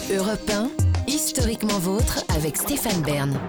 Europe 1, historiquement vôtre avec Stéphane Bern.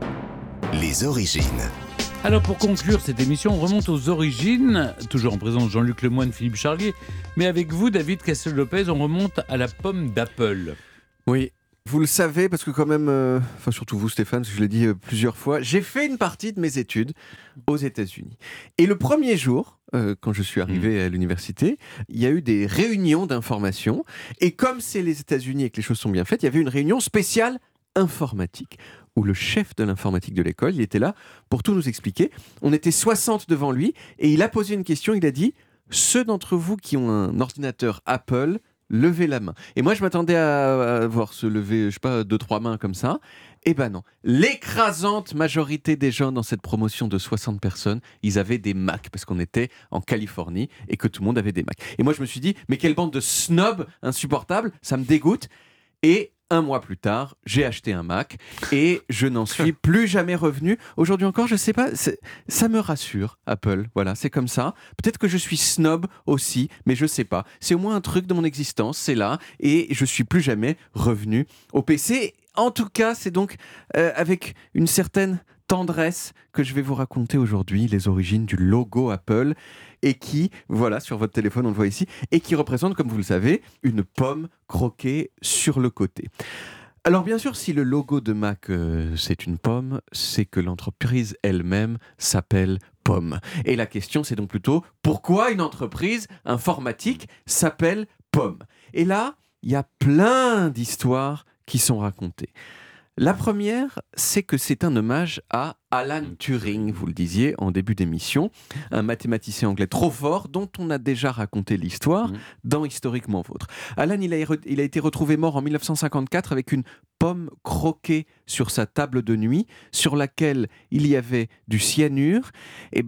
Les origines. Alors pour conclure cette émission, on remonte aux origines, toujours en présence de Jean-Luc Lemoyne, Philippe Charlier, mais avec vous, David Castel-Lopez, on remonte à la pomme d'Apple. Oui, vous le savez, parce que quand même, surtout vous Stéphane, je l'ai dit plusieurs fois, j'ai fait une partie de mes études aux États-Unis. Et le premier jour, quand je suis arrivé à l'université, il y a eu des réunions d'information, et comme c'est les États-Unis et que les choses sont bien faites, il y avait une réunion spéciale informatique, où le chef de l'informatique de l'école, il était là pour tout nous expliquer. On était 60 devant lui, et il a posé une question, il a dit « Ceux d'entre vous qui ont un ordinateur Apple, levez la main. » Et moi, je m'attendais à voir se lever, je sais pas, 2-3 mains comme ça. Eh ben non. L'écrasante majorité des gens dans cette promotion de 60 personnes, ils avaient des Macs, parce qu'on était en Californie et que tout le monde avait des Macs. Et moi, je me suis dit, mais quelle bande de snobs insupportables, ça me dégoûte. Et un mois plus tard, j'ai acheté un Mac et je n'en suis plus jamais revenu. Aujourd'hui encore, je sais pas, ça me rassure, Apple. Voilà, c'est comme ça. Peut-être que je suis snob aussi, mais je sais pas. C'est au moins un truc de mon existence, c'est là et je suis plus jamais revenu au PC. En tout cas, c'est donc avec une certaine tendresse que je vais vous raconter aujourd'hui les origines du logo Apple et qui, voilà, sur votre téléphone, on le voit ici, et qui représente, comme vous le savez, une pomme croquée sur le côté. Alors bien sûr, si le logo de Mac, c'est une pomme, c'est que l'entreprise elle-même s'appelle Pomme. Et la question, c'est donc plutôt, pourquoi une entreprise informatique s'appelle Pomme ? Et là, il y a plein d'histoires qui sont racontées. La première, c'est que c'est un hommage à Alan Turing, vous le disiez en début d'émission, un mathématicien anglais trop fort dont on a déjà raconté l'histoire dans Historiquement Vôtre. Alan, il a été retrouvé mort en 1954 avec une pomme croquée sur sa table de nuit, sur laquelle il y avait du cyanure. Et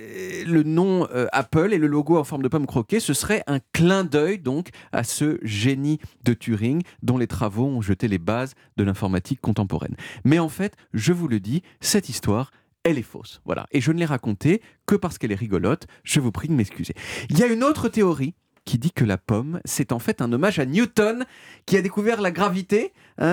le nom Apple et le logo en forme de pomme croquée, ce serait un clin d'œil donc à ce génie de Turing dont les travaux ont jeté les bases de l'informatique contemporaine. Mais en fait, je vous le dis, cette histoire, elle est fausse. Voilà. Et je ne l'ai racontée que parce qu'elle est rigolote. Je vous prie de m'excuser. Il y a une autre théorie qui dit que la pomme, c'est en fait un hommage à Newton, qui a découvert la gravité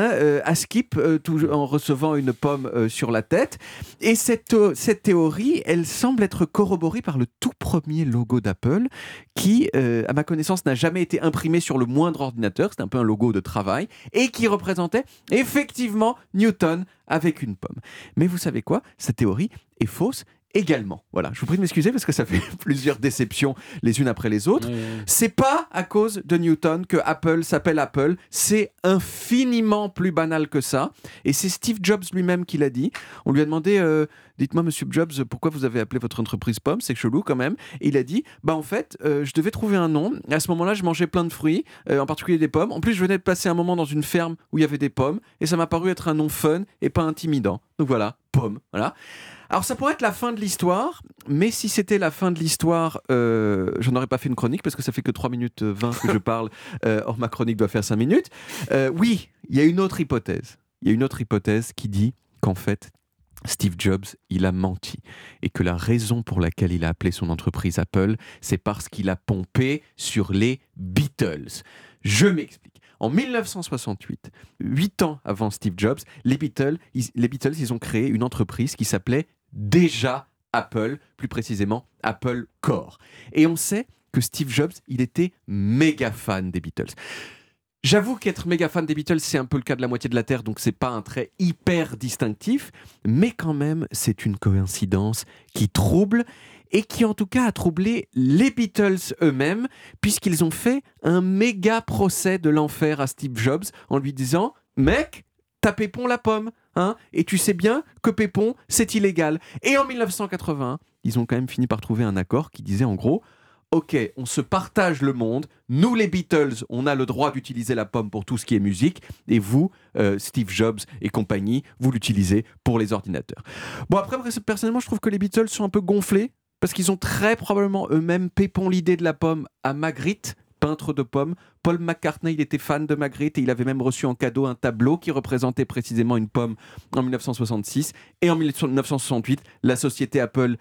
à Skip, en recevant une pomme sur la tête. Et cette théorie, elle semble être corroborée par le tout premier logo d'Apple, qui, à ma connaissance, n'a jamais été imprimé sur le moindre ordinateur. C'est un peu un logo de travail, et qui représentait effectivement Newton avec une pomme. Mais vous savez quoi ? Cette théorie est fausse également. Voilà, je vous prie de m'excuser parce que ça fait plusieurs déceptions les unes après les autres. C'est pas à cause de Newton que Apple s'appelle Apple, c'est infiniment plus banal que ça. Et c'est Steve Jobs lui-même qui l'a dit. On lui a demandé, dites-moi Monsieur Jobs, pourquoi vous avez appelé votre entreprise Pomme ? C'est chelou quand même. Et il a dit, en fait, je devais trouver un nom. À ce moment-là, je mangeais plein de fruits, en particulier des pommes. En plus, je venais de passer un moment dans une ferme où il y avait des pommes, et ça m'a paru être un nom fun et pas intimidant. Donc voilà, Pomme. Voilà. Alors ça pourrait être la fin de l'histoire, mais si c'était la fin de l'histoire, j'en aurais pas fait une chronique parce que ça fait que 3 minutes 20 que je parle, or ma chronique doit faire 5 minutes. Oui, il y a une autre hypothèse. Il y a une autre hypothèse qui dit qu'en fait, Steve Jobs, il a menti et que la raison pour laquelle il a appelé son entreprise Apple, c'est parce qu'il a pompé sur les Beatles. Je m'explique. En 1968, 8 ans avant Steve Jobs, les Beatles, ils ont créé une entreprise qui s'appelait déjà Apple, plus précisément Apple Corps. Et on sait que Steve Jobs, il était méga fan des Beatles. J'avoue qu'être méga fan des Beatles, c'est un peu le cas de la moitié de la Terre, donc c'est pas un trait hyper distinctif, mais quand même, c'est une coïncidence qui trouble et qui en tout cas a troublé les Beatles eux-mêmes, puisqu'ils ont fait un méga procès de l'enfer à Steve Jobs en lui disant « Mec, t'as Pépon la pomme, hein, et tu sais bien que Pépon, c'est illégal. » Et en 1980, ils ont quand même fini par trouver un accord qui disait en gros « Ok, on se partage le monde, nous les Beatles, on a le droit d'utiliser la pomme pour tout ce qui est musique, et vous, Steve Jobs et compagnie, vous l'utilisez pour les ordinateurs. » Bon après, personnellement, je trouve que les Beatles sont un peu gonflés, parce qu'ils ont très probablement eux-mêmes pépon l'idée de la pomme à Magritte, peintre de pommes. Paul McCartney, il était fan de Magritte et il avait même reçu en cadeau un tableau qui représentait précisément une pomme en 1966. Et en 1968, la société Apple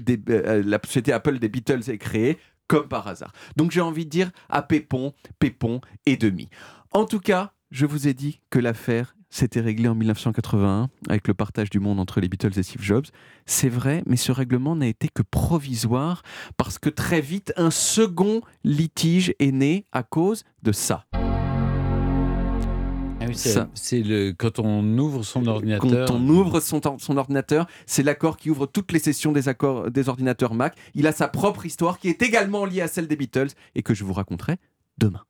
des Beatles est créée, comme par hasard. Donc j'ai envie de dire à Pépon et demi. En tout cas, je vous ai dit que l'affaire s'était réglée en 1981 avec le partage du monde entre les Beatles et Steve Jobs. C'est vrai, mais ce règlement n'a été que provisoire parce que très vite, un second litige est né à cause de ça. Ah oui, Ça. quand on ouvre son ordinateur. Quand on ouvre son ordinateur, c'est l'accord qui ouvre toutes les sessions des ordinateurs Mac. Il a sa propre histoire qui est également liée à celle des Beatles et que je vous raconterai demain.